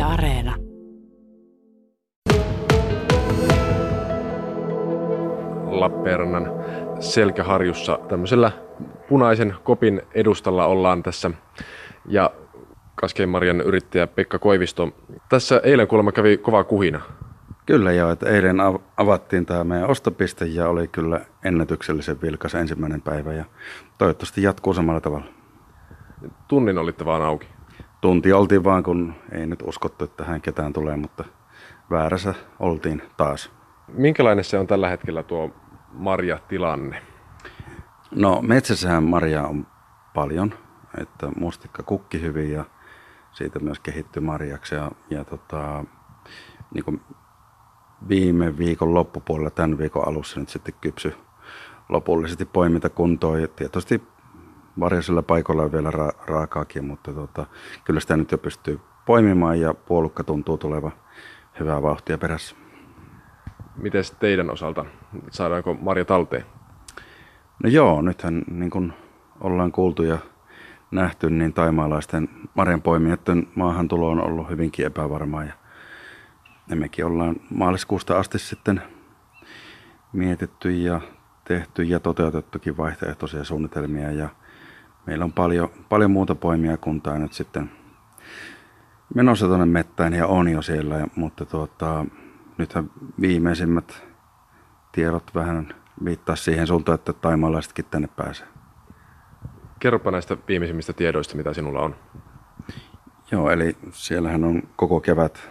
Areena. Lappeenrannan Selkäharjussa tämmöisellä punaisen kopin edustalla ollaan tässä. Ja Kaskeimarjan yrittäjä Pekka Koivisto. Tässä eilen kuulemma kävi kova kuhina. Kyllä joo, että eilen avattiin tämä meidän ostopiste ja oli kyllä ennätyksellisen vilkas ensimmäinen päivä ja toivottavasti jatkuu samalla tavalla. Tunnin olitte vaan auki. Tunti oltiin vaan, kun ei nyt uskottu, että tähän ketään tulee, mutta väärässä oltiin taas. Minkälainen se on tällä hetkellä tuo marjatilanne? No metsässähän marjaa on paljon, että mustikka kukki hyvin ja siitä myös kehittyi marjaksi ja niin kuin viime viikon loppupuolella tämän viikon alussa nyt sitten kypsy lopullisesti poimintakuntoon ja tietysti varjaisilla paikoilla on vielä raakaakin, mutta kyllä sitä nyt jo pystyy poimimaan ja puolukka tuntuu tulevan hyvää vauhtia perässä. Miten teidän osalta? Saadaanko marja talteen? No joo, nythän niin kuin ollaan kuultu ja nähty, niin thaimaalaisten marjanpoimijoiden maahantulo on ollut hyvinkin epävarmaa. Ja mekin ollaan maaliskuusta asti sitten mietitty ja tehty ja toteutettukin vaihtoehtoisia suunnitelmia. Ja meillä on paljon muuta poimijakuntaa nyt sitten menossa tuonne mettään ja on jo siellä, mutta nythän viimeisimmät tiedot vähän viittaa siihen suuntaan, että taimaalaisetkin tänne pääsee. Kerropa näistä viimeisimmistä tiedoista, mitä sinulla on. Joo, eli siellähän on koko kevät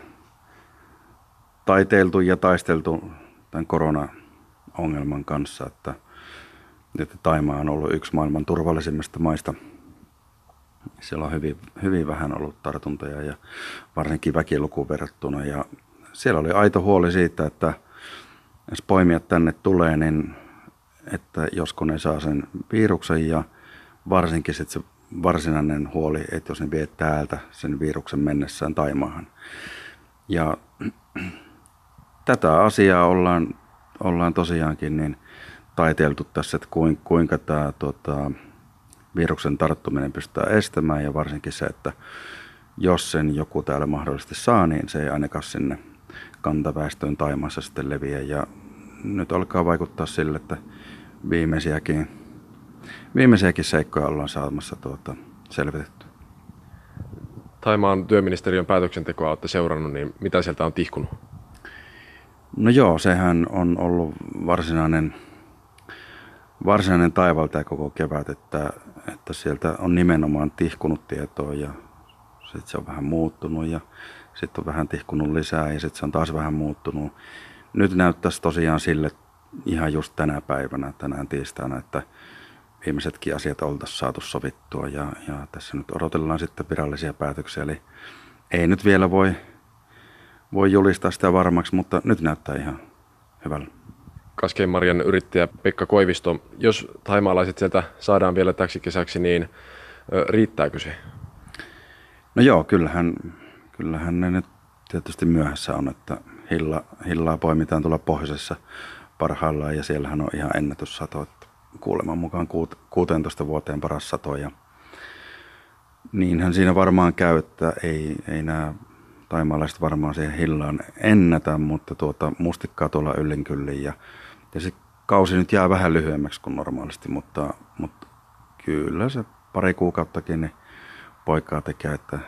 taiteiltu ja taisteltu tämän korona-ongelman kanssa, että Thaimaa on ollut yksi maailman turvallisimmista maista. Siellä on hyvin vähän ollut tartuntoja ja varsinkin väkilukuun verrattuna. Ja siellä oli aito huoli siitä, että jos poimijat tänne tulee, niin että josko ne saa sen viruksen ja varsinkin sitten se varsinainen huoli, että jos ne vie täältä sen viruksen mennessään Taimaahan. Ja tätä asiaa ollaan tosiaankin niin taiteiltu tässä, että kuinka tämä viruksen tarttuminen pystytään estämään ja varsinkin se, että jos sen joku täällä mahdollisesti saa, niin se ei ainakaan sinne kantaväestöön Thaimaassa sitten leviä. Ja nyt alkaa vaikuttaa sille, että viimeisiäkin seikkoja ollaan saamassa selvitetty. Thaimaan työministeriön päätöksentekoa olette seurannut, niin mitä sieltä on tihkunut? No joo, sehän on ollut varsinainen taival tämä koko kevät, että sieltä on nimenomaan tihkunut tietoa ja sitten se on vähän muuttunut ja sitten on vähän tihkunut lisää ja sitten se on taas vähän muuttunut. Nyt näyttäisi tosiaan sille ihan just tänään tiistaina, että viimeisetkin asiat oltaisiin saatu sovittua ja tässä nyt odotellaan sitten virallisia päätöksiä. Eli ei nyt vielä voi julistaa sitä varmaksi, mutta nyt näyttää ihan hyvällä. Kaskeimarjan yrittäjä Pekka Koivisto, jos thaimaalaiset sieltä saadaan vielä täksi kesäksi, niin riittääkö se? No joo, kyllähän ne nyt tietysti myöhässä on, että hillaa poimitaan tuolla pohjoisessa parhaillaan ja siellähän on ihan ennätyssato, että kuuleman mukaan 16 vuoteen paras sato ja niinhän siinä varmaan käy, että ei nämä taimaalaiset varmaan siihen hillaan ennätä, mutta mustikkaa tuolla yllin kyllin ja se kausi nyt jää vähän lyhyemmäksi kuin normaalisti, mutta kyllä se pari kuukauttakin niin poikaa tekee, että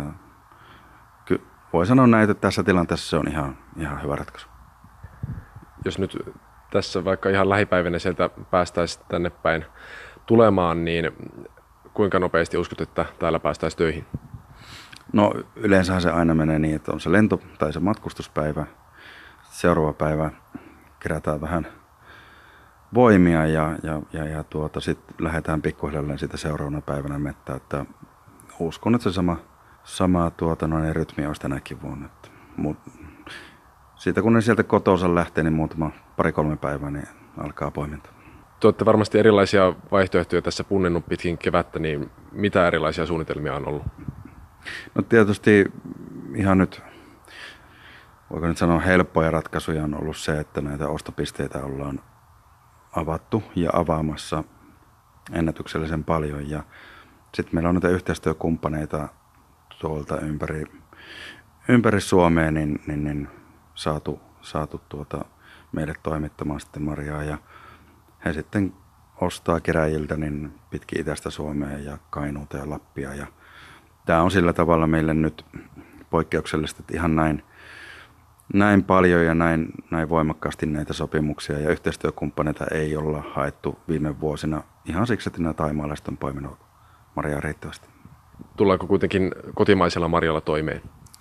voi sanoa näin, että tässä tilanteessa se on ihan hyvä ratkaisu. Jos nyt tässä vaikka ihan lähipäivinä sieltä päästäisiin tänne päin tulemaan, niin kuinka nopeasti uskot, että täällä päästäisiin töihin? No yleensä se aina menee niin, että on se lento tai se matkustuspäivä. Seuraava päivä kerätään vähän voimia ja sitten lähdetään pikkuhiljalleen siitä seuraavana päivänä mettään. Että uskon, että se sama rytmi olisi tänäkin vuonna. Siitä kun ne sieltä kotoonsa lähtee, niin muutama 2-3 päivää niin alkaa poiminta. Te olette varmasti erilaisia vaihtoehtoja tässä punninnut pitkin kevättä, niin mitä erilaisia suunnitelmia on ollut? No tietysti ihan nyt, voiko nyt sanoa helppoja ratkaisuja on ollut se, että näitä ostopisteitä ollaan avattu ja avaamassa ennätyksellisen paljon. Ja sitten meillä on näitä yhteistyökumppaneita tuolta ympäri Suomea niin saatu meille toimittamaan sitten marjaa ja he sitten ostaa keräjiltä niin pitkin itäistä Suomea ja Kainuuta ja Lappia. Ja tämä on sillä tavalla meille nyt poikkeuksellista, että ihan näin paljon ja näin voimakkaasti näitä sopimuksia ja yhteistyökumppaneita ei olla haettu viime vuosina ihan siksi, että nämä taimaalaiset on poiminut marjaa riittävästi. Tullaanko kuitenkin kotimaisella marjalla toimeen?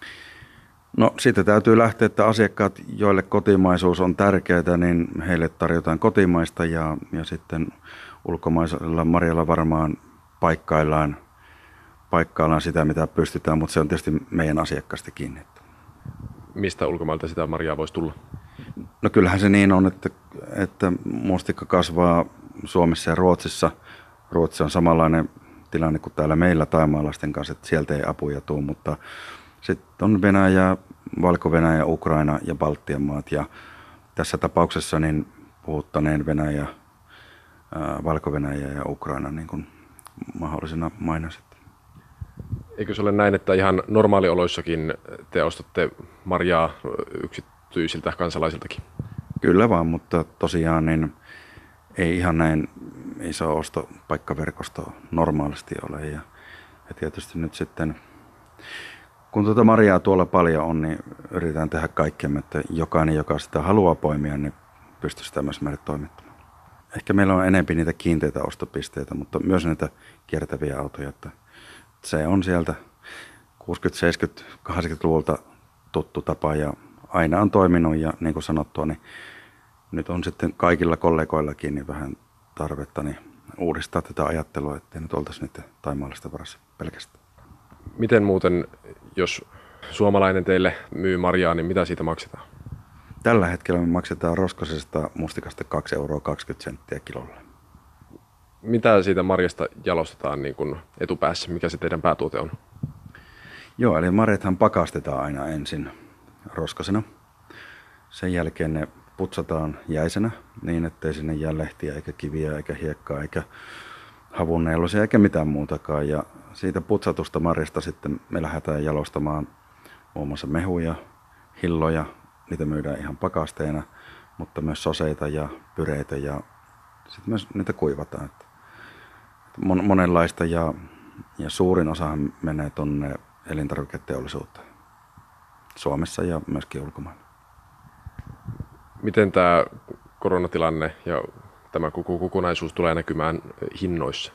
No siitä täytyy lähteä, että asiakkaat, joille kotimaisuus on tärkeää, niin heille tarjotaan kotimaista ja sitten ulkomaisella marjalla varmaan paikkaillaan sitä, mitä pystytään, mutta se on tietysti meidän asiakkaasta kiinni. Mistä ulkomailta sitä marjaa voisi tulla? No kyllähän se niin on, että mustikka kasvaa Suomessa ja Ruotsissa. Ruotsi on samanlainen tilanne kuin täällä meillä taimaalaisten kanssa, että sieltä ei apuja tule, mutta sitten on Venäjä, Valko-Venäjä, Ukraina ja Baltian maat ja tässä tapauksessa niin puhuttaneen Venäjä, Valko-Venäjä ja Ukraina niin kuin mahdollisena maina sitten. Eikö se ole näin, että ihan normaalioloissakin te ostatte marjaa yksityisiltä kansalaisiltakin? Kyllä vaan, mutta tosiaan niin ei ihan näin iso ostopaikkaverkosto normaalisti ole. Ja tietysti nyt sitten, kun tuota marjaa tuolla paljon on, niin yritetään tehdä kaikkemme, että jokainen, joka sitä haluaa poimia, niin pystyy sitä myös meille toimittamaan. Ehkä meillä on enemmän niitä kiinteitä ostopisteitä, mutta myös niitä kiertäviä autoja. Että se on sieltä 60-, 70-, 80-luvulta tuttu tapa ja aina on toiminut ja niin kuin sanottua, niin nyt on sitten kaikilla kollegoillakin niin vähän tarvetta niin uudistaa tätä ajattelua, ettei nyt oltaisi niiden taimaalaisten varassa pelkästään. Miten muuten, jos suomalainen teille myy marjaa, niin mitä siitä maksetaan? Tällä hetkellä me maksetaan roskosesta mustikasta 2,20 € kilolla. Mitä siitä marjasta jalostetaan niin kuin etupäässä? Mikä se teidän päätuote on? Joo, eli marjathan pakastetaan aina ensin roskosena. Sen jälkeen ne putsataan jäisenä niin, ettei sinne jää lehtiä eikä kiviä eikä hiekkaa eikä havunneilosia eikä mitään muutakaan. Ja siitä putsatusta marjasta sitten me lähdetään jalostamaan muun muassa mehuja, hilloja. Niitä myydään ihan pakasteena, mutta myös soseita ja pyreitä ja sitten myös niitä kuivataan. Monenlaista ja suurin osahan menee tuonne elintarviketeollisuuteen Suomessa ja myöskin ulkomailla. Miten tämä koronatilanne ja tämä kokonaisuus tulee näkymään hinnoissa?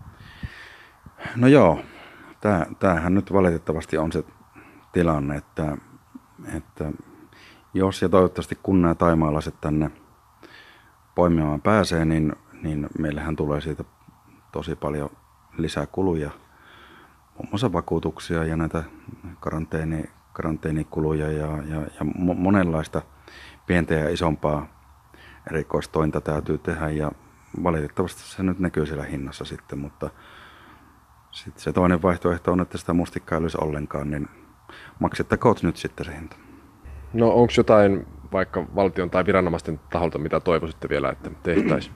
No joo, tämähän nyt valitettavasti on se tilanne, että jos ja toivottavasti kun nämä taimaalaiset tänne poimimaan pääsee, niin meillähän tulee siitä tosi paljon lisää kuluja, muun muassa vakuutuksia ja näitä karanteenikuluja ja monenlaista pientä ja isompaa erikoistointa täytyy tehdä ja valitettavasti se nyt näkyy siellä hinnassa sitten, mutta sitten se toinen vaihtoehto on, että sitä mustikkaa ei olisi ollenkaan, niin maksettakoot nyt sitten se hinta. No onko jotain vaikka valtion tai viranomaisten taholta, mitä toivoisitte vielä, että tehtäisiin?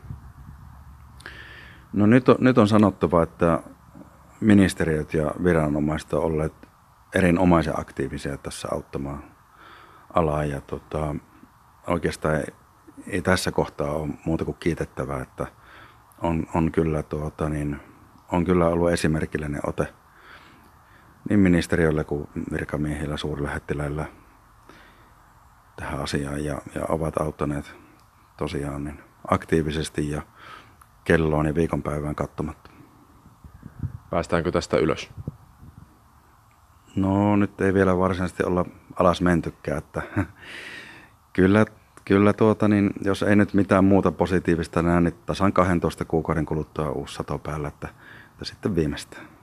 No nyt on sanottava, että ministeriöt ja viranomaiset ovat olleet erinomaisen aktiivisia tässä auttamaan alaa ja oikeastaan ei tässä kohtaa ole muuta kuin kiitettävää, että on kyllä ollut esimerkillinen ote niin ministeriöllä kuin virkamiehillä, suurlähettiläillä tähän asiaan ja ovat auttaneet tosiaan niin aktiivisesti ja kelloon ja viikonpäivään katsomatta. Päästäänkö tästä ylös? No nyt ei vielä varsinaisesti olla alas mentykään, että kyllä jos ei nyt mitään muuta positiivista näe, niin tasan 12 kuukauden kuluttua uusi sato päällä, että sitten viimeistään.